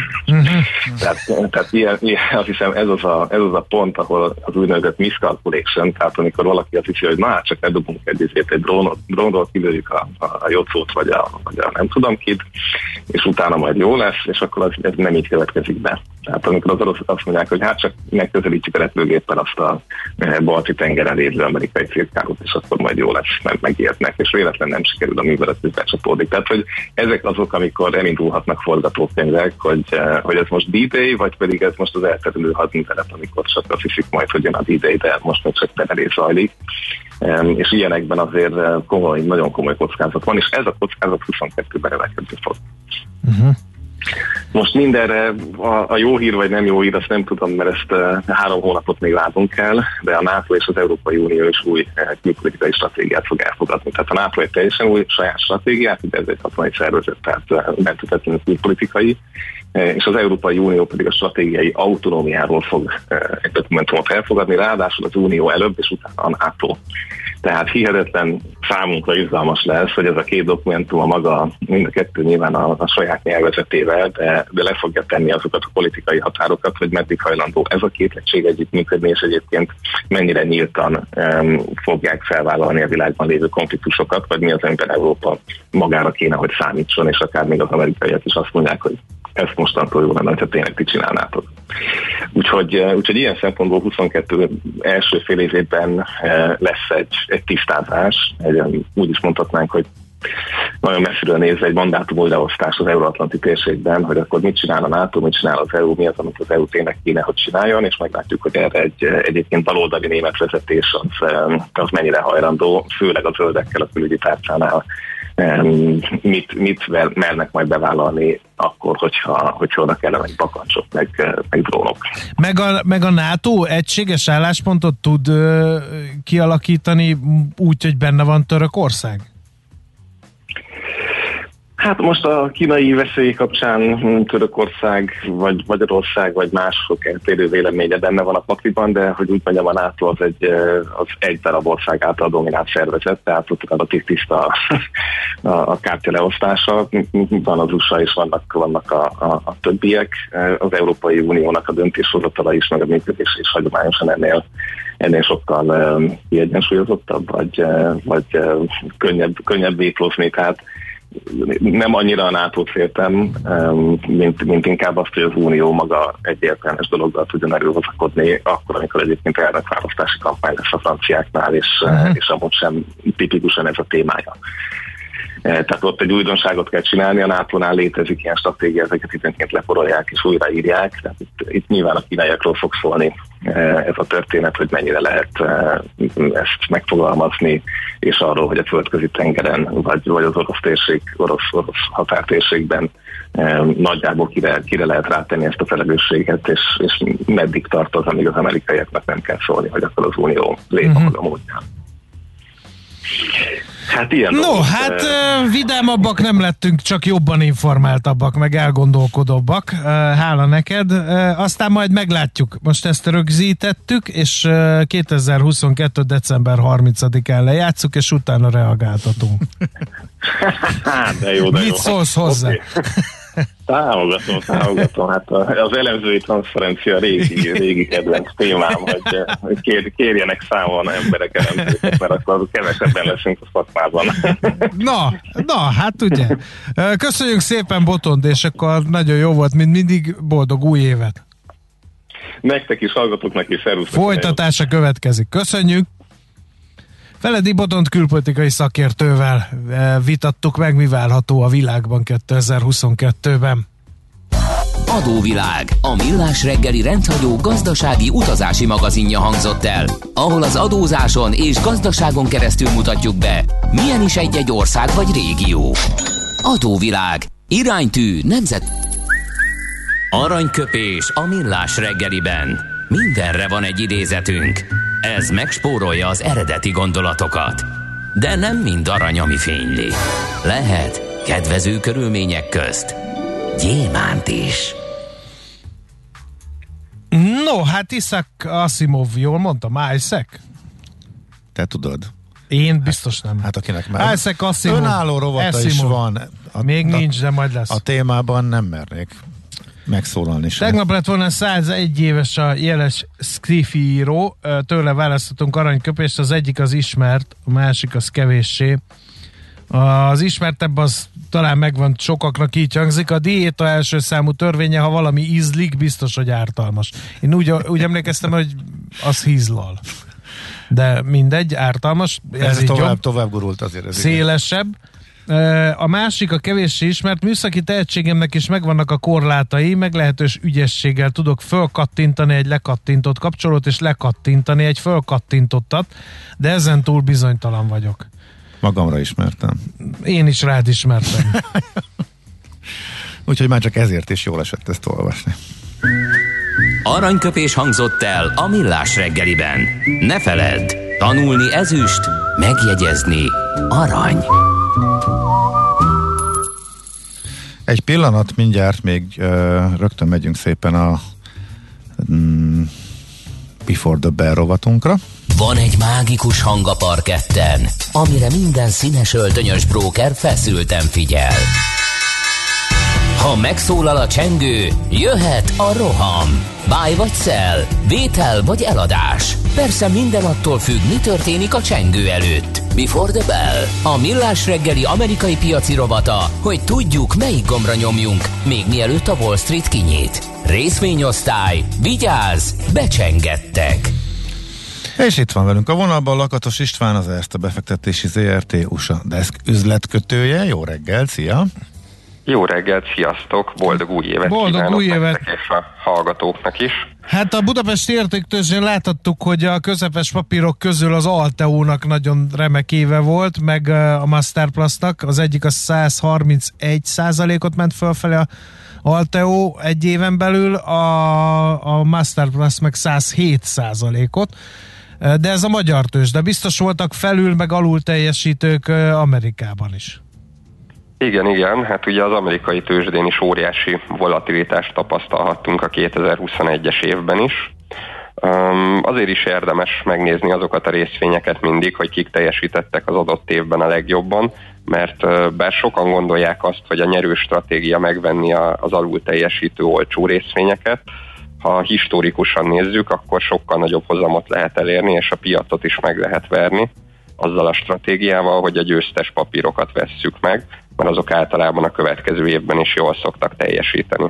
S7: tehát tehát ilyen, ilyen, azt hiszem ez az, a, ez az a pont, ahol az úgynevezett miscalculation, tehát amikor valaki azt hiszi, hogy na hát csak ledobunk egy, egy drónot, drónról kilőjük a, a, a jocót, vagy a, vagy a nem tudom kit, és utána majd jó lesz, és akkor az, ez nem így következik be. Tehát amikor az oroszok azt mondják, hogy hát csak megközelítjük a repülőgéppel azt a balti tengeren lévő amerikai cirkálót, és akkor majd jó lesz, nem megijednek, és véletlen nem sikerül a műveletük becsapódik. Tehát, hogy ezek azok, amikor elindulhatnak forgatókönyvek, hogy, hogy ez most D-Day, vagy pedig ez most az elterülő hadművelet, amikor csak azt hiszik majd, hogy jön a D-Day, de most még csak terelés zajlik. És ilyenekben azért komoly, nagyon komoly kockázat van, és ez a kockázat huszonkettőben növekedni fog. Uh-huh. Most mindenre a, a jó hír vagy nem jó hír, azt nem tudom, mert ezt uh, három hónapot még várnunk kell, de a NATO és az Európai Unió is új uh, külpolitikai stratégiát fog elfogadni. Tehát a NATO egy teljesen új saját stratégiát, de ez egy hatalmi szervezet, tehát uh, bentetetlenül külpolitikai, uh, és az Európai Unió pedig a stratégiai autonómiáról fog uh, egy dokumentumot elfogadni, ráadásul az Unió előbb és utána a NATO. Tehát hihetetlen számunkra izgalmas lesz, hogy ez a két dokumentum a maga, mind a kettő nyilván a, a saját nyelvezetével, de, de le fogja tenni azokat a politikai határokat, hogy meddig hajlandó ez a két egység együttműködni, és egyébként mennyire nyíltan um, fogják felvállalni a világban lévő konfliktusokat, vagy mi az, amiben Európa magára kéne, hogy számítson, és akár még az amerikaiak is azt mondják, hogy ezt mostantól jó lenne, hogyha tényleg ti csinálnátok. Úgyhogy, úgyhogy ilyen szempontból huszonkettő első fél évében lesz egy, egy tisztázás, egy, úgy is mondhatnánk, hogy nagyon messziről nézve egy mandátum újraosztás az euróatlanti térségben, hogy akkor mit csinál a NATO, mit csinál az é u, mi az, amit az é u tényleg kéne, hogy csináljon, és meglátjuk, hogy erre egy egyébként baloldali német vezetés az, az mennyire hajlandó, főleg a zöldekkel a külügyi tárcánál mit, mit mernek majd bevállalni akkor, hogyha, hogyha oda kellene egy bakancsok, meg, meg drónok.
S3: Meg a, meg a NATO egységes álláspontot tud ö, kialakítani úgy, hogy benne van Törökország?
S7: Hát most a kínai veszély kapcsán Törökország, vagy Magyarország, vagy mások eltérő véleménye benne van a pakliban, de hogy úgy mondjam, a NATO az egy, az egy darab ország által dominált szervezet, tehát ott relatív tiszta a, a kártya leosztása. Van az u es á és vannak, vannak a, a, a többiek. Az Európai Uniónak a döntéshozatala is, meg a működés is hagyományosan ennél ennél sokkal uh, kiegyensúlyozottabb, vagy, uh, vagy uh, könnyebb, könnyebb vétózni, tehát nem annyira a nátót féltem, mint, mint inkább azt, hogy az Unió maga egyértelműs dologgal tudjon erőhozakodni, akkor, amikor egyébként elnökválasztási kampány lesz a franciáknál, és, uh-huh. és amúgy sem tipikusan ez a témája. Tehát ott egy újdonságot kell csinálni, a nátónál létezik ilyen stratégia, ezeket időnként leporolják és újraírják, tehát itt, itt nyilván a kínaiakról fog szólni ez a történet, hogy mennyire lehet ezt megfogalmazni, és arról, hogy a földközi tengeren, vagy, vagy az orosz térség, orosz, orosz határtérségben nagyjából kire, kire lehet rátenni ezt a felelősséget, és, és meddig tart az, amíg az amerikaiaknak nem kell szólni, hogy akkor az Unió lép uh-huh. a maga módján. Hát ilyen
S3: no,
S7: dolgok,
S3: hát uh, vidámabbak nem lettünk, csak jobban informáltabbak, meg elgondolkodóbbak. Uh, hála neked. Uh, aztán majd meglátjuk. Most ezt rögzítettük, és uh, kétezer-huszonkettő. december harmincadikán lejátszuk, és utána reagáltatunk.
S7: de jó, de
S3: Mit
S7: jó.
S3: szólsz hozzá? Okay.
S7: Támogatom, támogatom. Hát az elemzői transzferencia régi, régi kedvenc témám, hogy, hogy kér, kérjenek számon emberek elemzőket, mert akkor kevesebben leszünk a szakmában.
S3: Na, na, hát ugye. Köszönjük szépen, Botond, és akkor nagyon jó volt, mint mindig, boldog új évet.
S7: Nektek is, hallgatóknak is, szervusztok.
S3: Folytatása következik. Köszönjük. Feledi Botont külpolitikai szakértővel vitattuk meg, mi várható a világban kétezer-huszonkettőben.
S1: Adóvilág, a millás reggeli rendhagyó gazdasági utazási magazinja hangzott el, ahol az adózáson és gazdaságon keresztül mutatjuk be, milyen is egy-egy ország vagy régió. Adóvilág, iránytű, nemzet... Aranyköpés a millás reggeliben. Mindenre van egy idézetünk. Ez megspórolja az eredeti gondolatokat. De nem mind arany, ami fényli. Lehet kedvező körülmények közt gyémánt is.
S3: No, hát Isaac Asimov, jól mondtam, Isaac?
S5: Te tudod?
S3: Én biztos nem.
S5: Hát akinek már
S3: Asimov,
S5: önálló rovata Asimov. is van.
S3: A, Még a, nincs, de majd lesz.
S5: A témában nem mernék megszólalni sem.
S3: Tegnap lett volna százegy éves a jeles sci-fi író, tőle választottunk aranyköpést, az egyik az ismert, a másik az kevéssé. Az ismertebb az talán megvan sokaknak, így hangzik. A diéta első számú törvénye, ha valami ízlik, biztos, hogy ártalmas. Én úgy, úgy emlékeztem, hogy az hízlal. De mindegy, ártalmas.
S5: Ez, ez tovább, tovább gurult azért. Ez
S3: szélesebb. Igen. A másik, a kevéssé ismert, műszaki tehetségemnek is megvannak a korlátai, meglehetős ügyességgel tudok fölkattintani egy lekattintott kapcsolót, és lekattintani egy fölkattintottat, de ezen túl bizonytalan vagyok.
S5: Magamra ismertem.
S3: Én is rád ismertem.
S5: Úgyhogy már csak ezért is jól esett ezt olvasni.
S1: Aranyköpés hangzott el a Millás reggeliben. Ne feledd, tanulni ezüst, megjegyezni arany.
S5: Egy pillanat, mindjárt még uh, rögtön megyünk szépen a um, Before the Bell rovatunkra.
S1: Van egy mágikus hang a parketten, amire minden színes öltönyös bróker feszülten figyel. Ha megszólal a csengő, jöhet a roham. Buy vagy sell, vétel vagy eladás. Persze minden attól függ, mi történik a csengő előtt. Before the Bell, a Millás reggeli amerikai piaci rovata, hogy tudjuk, melyik gombra nyomjunk, még mielőtt a Wall Street kinyit. Részvényosztály, vigyázz, becsengettek!
S5: És itt van velünk a vonalban Lakatos István, az Erste befektetési zé er té u es á Desk üzletkötője. Jó reggel, szia!
S8: Jó reggelt, sziasztok! Boldog új évet
S3: Boldog
S8: kívánok
S3: új évet.
S8: és a hallgatóknak is.
S3: Hát a Budapesti Értéktőzsdén láthattuk, hogy a közepes papírok közül az Alteo-nak nagyon remek éve volt, meg a Masterplastnak, az egyik a száz harmincegy százalékot ment fölfelé a Alteo egy éven belül, a, a Masterplast meg száz hét százalékot, de ez a magyar tőzsde, de biztos voltak felül meg alul teljesítők Amerikában is.
S8: Igen, igen, hát ugye az amerikai tőzsdén is óriási volatilitást tapasztalhattunk a kétezer-huszonegyes évben is. Um, azért is érdemes megnézni azokat a részvényeket mindig, hogy kik teljesítettek az adott évben a legjobban, mert uh, bár sokan gondolják azt, hogy a nyerő stratégia megvenni a, az alul teljesítő olcsó részvényeket, ha historikusan nézzük, akkor sokkal nagyobb hozamot lehet elérni, és a piacot is meg lehet verni azzal a stratégiával, hogy a győztes papírokat vesszük meg, mert azok általában a következő évben is jól szoktak teljesíteni.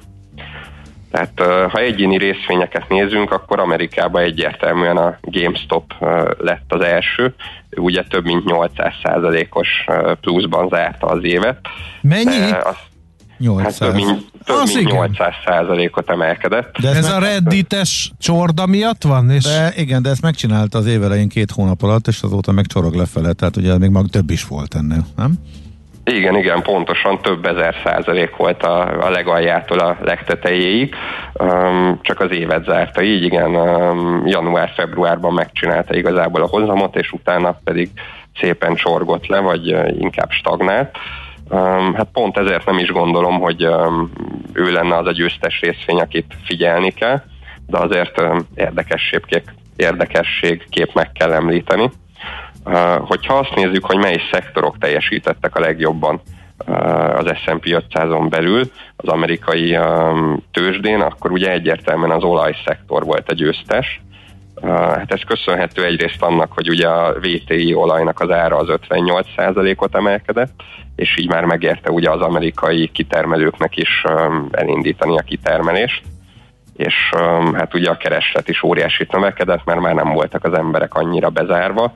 S8: Tehát ha egyéni részvényeket nézünk, akkor Amerikában egyértelműen a GameStop lett az első, ugye több mint nyolcszáz százalékos pluszban zárta az évet.
S3: Mennyi?
S8: Az, hát több mint, több mint nyolcszáz százalékot emelkedett.
S3: De ez, ez meg... a reddites csorda miatt van? És...
S5: De igen, de ezt megcsinálta az év elején két hónap alatt, és azóta meg csorog lefele, tehát ugye még mag több is volt ennél, nem?
S8: Igen, igen, pontosan több ezer százalék volt a, a legaljától a legtetejéig, um, csak az évet zárta így, igen, um, január-februárban megcsinálta igazából a hozamot, és utána pedig szépen csorgott le, vagy uh, inkább stagnált. Um, hát pont ezért nem is gondolom, hogy um, ő lenne az a győztes részvény, akit figyelni kell, de azért um, érdekességkép, érdekességkép meg kell említeni. Uh, hogyha azt nézzük, hogy mely szektorok teljesítettek a legjobban uh, az es and pé ötszázon belül, az amerikai um, tőzsdén, akkor ugye egyértelműen az olajszektor volt a győztes. Uh, hát ez köszönhető egyrészt annak, hogy ugye a vé té i olajnak az ára az ötvennyolc százalékot emelkedett, és így már megérte ugye az amerikai kitermelőknek is um, elindítani a kitermelést. És um, hát ugye a kereslet is óriásit növekedett, mert már nem voltak az emberek annyira bezárva.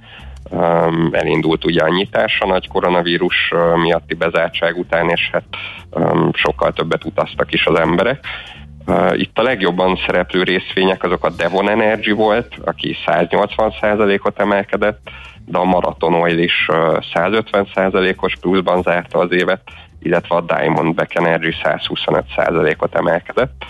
S8: Um, elindult ugye a nyitás a nagy koronavírus uh, miatti bezártság után, és hát um, sokkal többet utaztak is az emberek. Uh, itt a legjobban szereplő részvények azok a Devon Energy volt, aki száznyolcvan százalékot emelkedett, de a Marathon Oil is uh, százötven százalékos pluszban zárta az évet, illetve a Diamondback Energy százhuszonöt százalékot emelkedett.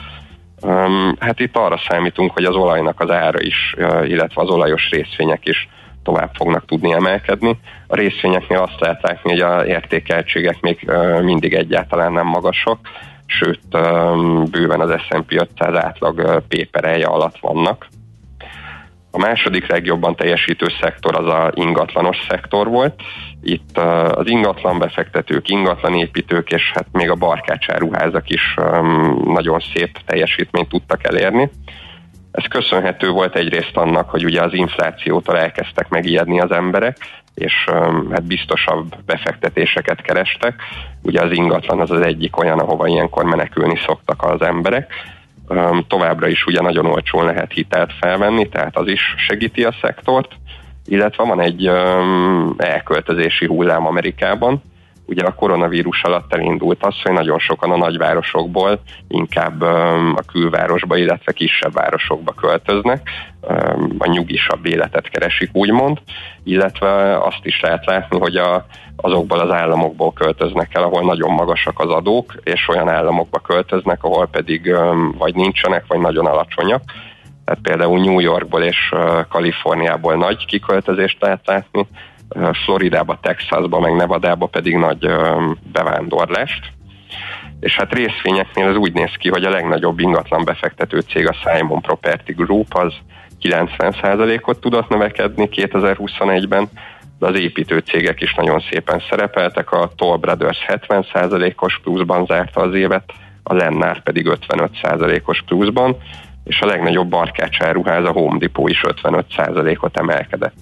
S8: Um, hát itt arra számítunk, hogy az olajnak az ára is, uh, illetve az olajos részvények is tovább fognak tudni emelkedni. A részvényeknél azt lehet látni, hogy az értékeltségek még uh, mindig egyáltalán nem magasak, sőt um, bőven az es and pé ötszáz átlag uh, P/E alatt vannak. A második legjobban teljesítő szektor az az ingatlanos szektor volt. Itt az ingatlan befektetők, ingatlan építők és hát még a barkácsáruházak is nagyon szép teljesítményt tudtak elérni. Ez köszönhető volt egyrészt annak, hogy ugye az inflációtól elkezdtek megijedni az emberek, és hát biztosabb befektetéseket kerestek. Ugye az ingatlan az az egyik olyan, ahova ilyenkor menekülni szoktak az emberek. Továbbra is ugye nagyon olcsón lehet hitelt felvenni, tehát az is segíti a szektort, illetve van egy elköltözési hullám Amerikában. Ugye a koronavírus alatt elindult az, hogy nagyon sokan a nagyvárosokból inkább a külvárosba, illetve kisebb városokba költöznek, a nyugisabb életet keresik, úgymond, illetve azt is lehet látni, hogy a, azokból az államokból költöznek el, ahol nagyon magasak az adók, és olyan államokba költöznek, ahol pedig vagy nincsenek, vagy nagyon alacsonyak. Tehát például New Yorkból és Kaliforniából nagy kiköltözést lehet látni, Floridába, Texasba, meg Nevadába pedig nagy bevándorlást. És hát részvényeknél ez úgy néz ki, hogy a legnagyobb ingatlan befektető cég, a Simon Property Group, az kilencven százalékot tudott növekedni kétezer-huszonegyben, de az építő cégek is nagyon szépen szerepeltek, a Toll Brothers hetven százalékos pluszban zárta az évet, a Lennart pedig ötvenöt százalékos pluszban, és a legnagyobb barkácsáruház, a Home Depot is ötvenöt százalékot emelkedett.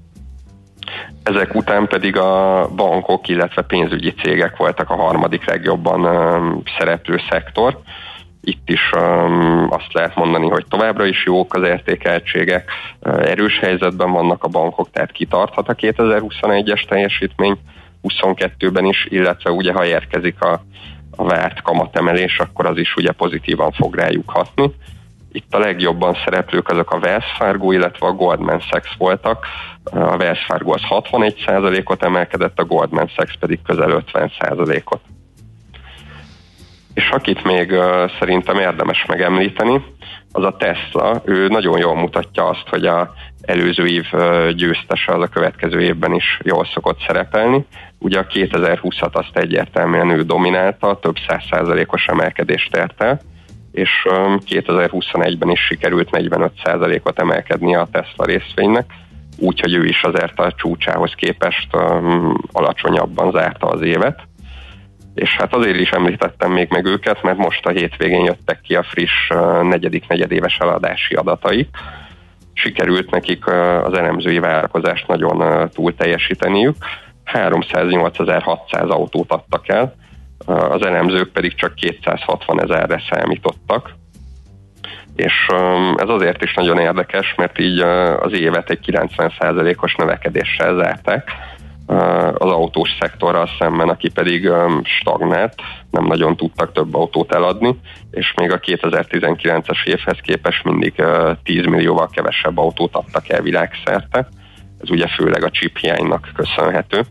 S8: Ezek után pedig a bankok, illetve pénzügyi cégek voltak a harmadik legjobban um, szereplő szektor. Itt is um, azt lehet mondani, hogy továbbra is jók az értékeltségek, uh, erős helyzetben vannak a bankok, tehát kitarthat a kétezer-huszonegyes teljesítmény, huszonkettőben is, illetve ugye ha érkezik a, a várt kamatemelés, akkor az is ugye pozitívan fog rájuk hatni. Itt a legjobban szereplők azok a Wells Fargo, illetve a Goldman Sachs voltak. A Wells Fargo az hatvanegy százalékot emelkedett, a Goldman Sachs pedig közel ötven százalékot. És akit még uh, szerintem érdemes megemlíteni, az a Tesla. Ő nagyon jól mutatja azt, hogy az előző év uh, győztese az a következő évben is jól szokott szerepelni. Ugye a kétezer-húszat azt egyértelműen ő dominálta, több száz százalékos emelkedést ért el, és kétezer-huszonegyben is sikerült negyvenöt százalékot emelkednie a Tesla részvénynek, úgyhogy ő is azért a csúcsához képest um, alacsonyabban zárta az évet. És hát azért is említettem még meg őket, mert most a hétvégén jöttek ki a friss uh, negyedik negyedéves eladási adatai. Sikerült nekik uh, az elemzői várakozást nagyon uh, túl teljesíteniük. háromszáznyolcezer-hatszáz autót adtak el, az elemzők pedig csak kétszázhatvanezerre számítottak. És ez azért is nagyon érdekes, mert így az évet egy kilencven százalékos növekedéssel zárták az autós szektorral szemben, aki pedig stagnált, nem nagyon tudtak több autót eladni, és még a kétezer-tizenkilences évhez képest mindig tíz millióval kevesebb autót adtak el világszerte. Ez ugye főleg a chip hiánynak köszönhető.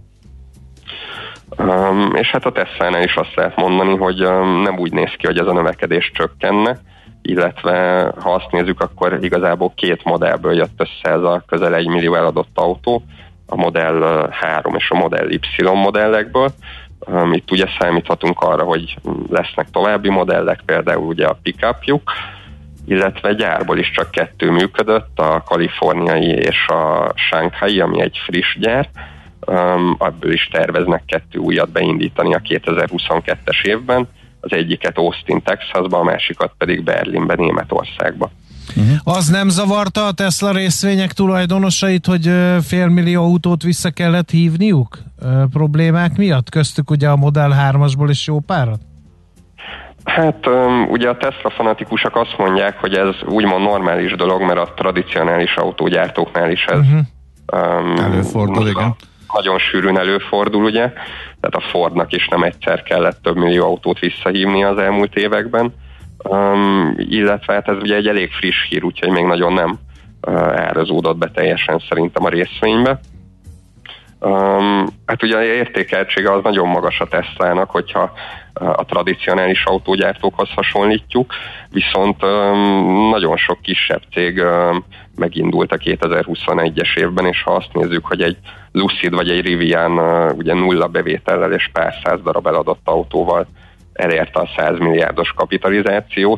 S8: Um, és hát a Tesla-nál is azt lehet mondani, hogy um, nem úgy néz ki, hogy ez a növekedés csökkenne, illetve ha azt nézzük, akkor igazából két modellből jött össze ez a közel egy millió eladott autó, a Model három és a Model Y modellekből. Um, itt ugye számíthatunk arra, hogy lesznek további modellek, például ugye a pick-upjuk, illetve gyárból is csak kettő működött, a kaliforniai és a Shanghai, ami egy friss gyár. Um, ebből is terveznek kettő újat beindítani a kétezer-huszonkettes évben, az egyiket Austin, Texasba, a másikat pedig Berlinbe, Németországba.
S3: Uh-huh. Az nem zavarta a Tesla részvények tulajdonosait, hogy félmillió autót vissza kellett hívniuk problémák miatt? Köztük ugye a Model hármasból is jó párat?
S8: Hát um, ugye a Tesla fanatikusok azt mondják, hogy ez úgymond normális dolog, mert a tradicionális autógyártóknál is ez uh-huh. um,
S5: előfordul, igen.
S8: Nagyon sűrűn előfordul, ugye? Tehát a Fordnak is nem egyszer kellett több millió autót visszahívni az elmúlt években, um, illetve hát ez ugye egy elég friss hír, úgyhogy még nagyon nem uh, árazódott be teljesen szerintem a részvénybe. Um, hát ugye a értékeltsége az nagyon magas a Teslának, hogyha a tradicionális autógyártókhoz hasonlítjuk, viszont um, nagyon sok kisebb cég um, megindult a kétezer-huszonegyes évben, és ha azt nézzük, hogy egy Lucid vagy egy Rivian uh, ugye nulla bevétellel és pár száz darab eladott autóval elérte a száz milliárdos kapitalizációt,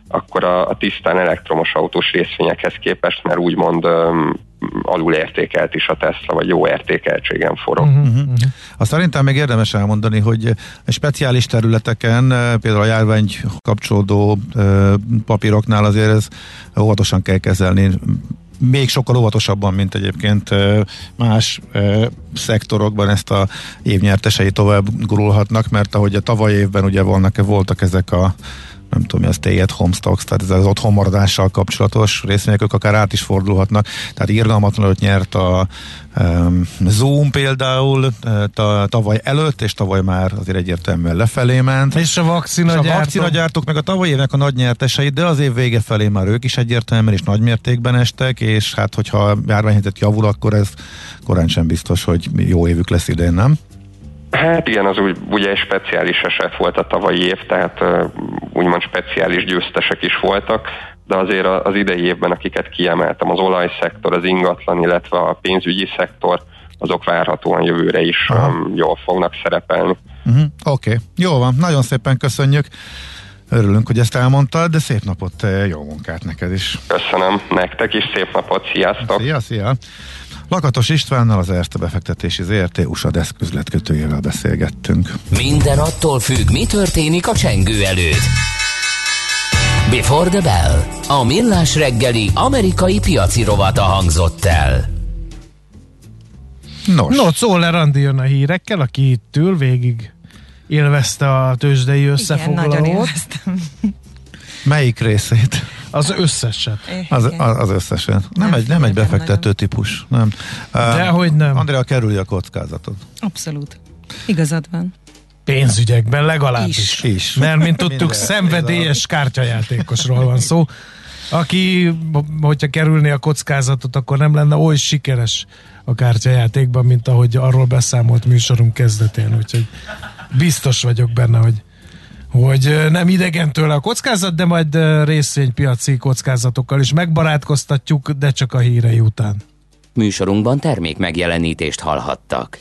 S8: akkor a, a tisztán elektromos autós részvényekhez képest már úgymond um, alul értékelt is a Tesla, vagy jó értékeltségen forog.
S5: Uh-huh, uh-huh. Azt szerintem még érdemes elmondani, hogy speciális területeken, például a járvány kapcsolódó papíroknál azért ez óvatosan kell kezelni, még sokkal óvatosabban, mint egyébként más szektorokban ezt a évnyertesei tovább gurulhatnak, mert ahogy a tavaly évben ugye voltak, voltak ezek a nem tudom mi, az stay at home stocks, tehát ez az otthon maradással kapcsolatos részvények, ők akár át is fordulhatnak, tehát irgalmatlanul nyert a um, Zoom például ta, tavaly előtt, és tavaly már azért egyértelműen lefelé ment.
S3: És a vakcinagyártók.
S5: A vakcinagyártók meg a tavaly évnek a nagy nyertesei, de az év vége felé már ők is egyértelműen és nagy mértékben estek, és hát hogyha a járványhelyzet javul, akkor ez korán sem biztos, hogy jó évük lesz idén, nem?
S8: Hát igen, az úgy, ugye egy speciális eset volt a tavalyi év, tehát uh, úgymond speciális győztesek is voltak, de azért az idei évben, akiket kiemeltem, az olajszektor, az ingatlan, illetve a pénzügyi szektor, azok várhatóan jövőre is um, jól fognak szerepelni.
S5: Uh-huh. Oké, okay. Jó van, nagyon szépen köszönjük. Örülünk, hogy ezt elmondtad, de szép napot, jó munkát neked is.
S8: Köszönöm, nektek is szép napot, sziasztok!
S5: Szia, szia! Lakatos Istvánnal, az Erste befektetési zé er té u es á Desk üzletkötőjével beszélgettünk.
S1: Minden attól függ, mi történik a csengő előtt. Before the Bell, a millás reggeli amerikai piaci rovata hangzott el.
S3: Nos. No, Czoller Andi jön a hírekkel, aki itt ül, végig élvezte a tőzsdei összefoglalót. Igen, nagyon élveztem.
S5: Melyik részét?
S3: Az összeset.
S5: Az, az, az összeset. Nem, nem egy, nem egy befektető nagyon. Típus. Nem.
S3: Dehogy nem.
S5: Andrea, kerüli a kockázatot.
S9: Abszolút. Igazad van.
S3: Pénzügyekben legalábbis.
S5: Is. Is.
S3: Mert, mint tudtuk, szenvedélyes kártyajátékosról van szó, aki, hogyha kerülné a kockázatot, akkor nem lenne oly sikeres a kártyajátékban, mint ahogy arról beszámolt műsorunk kezdetén. Úgyhogy biztos vagyok benne, hogy hogy nem idegen tőle a kockázat, de majd részvénypiaci kockázatokkal is megbarátkoztatjuk, de csak a hírei után.
S1: Műsorunkban termék megjelenítést hallhattak.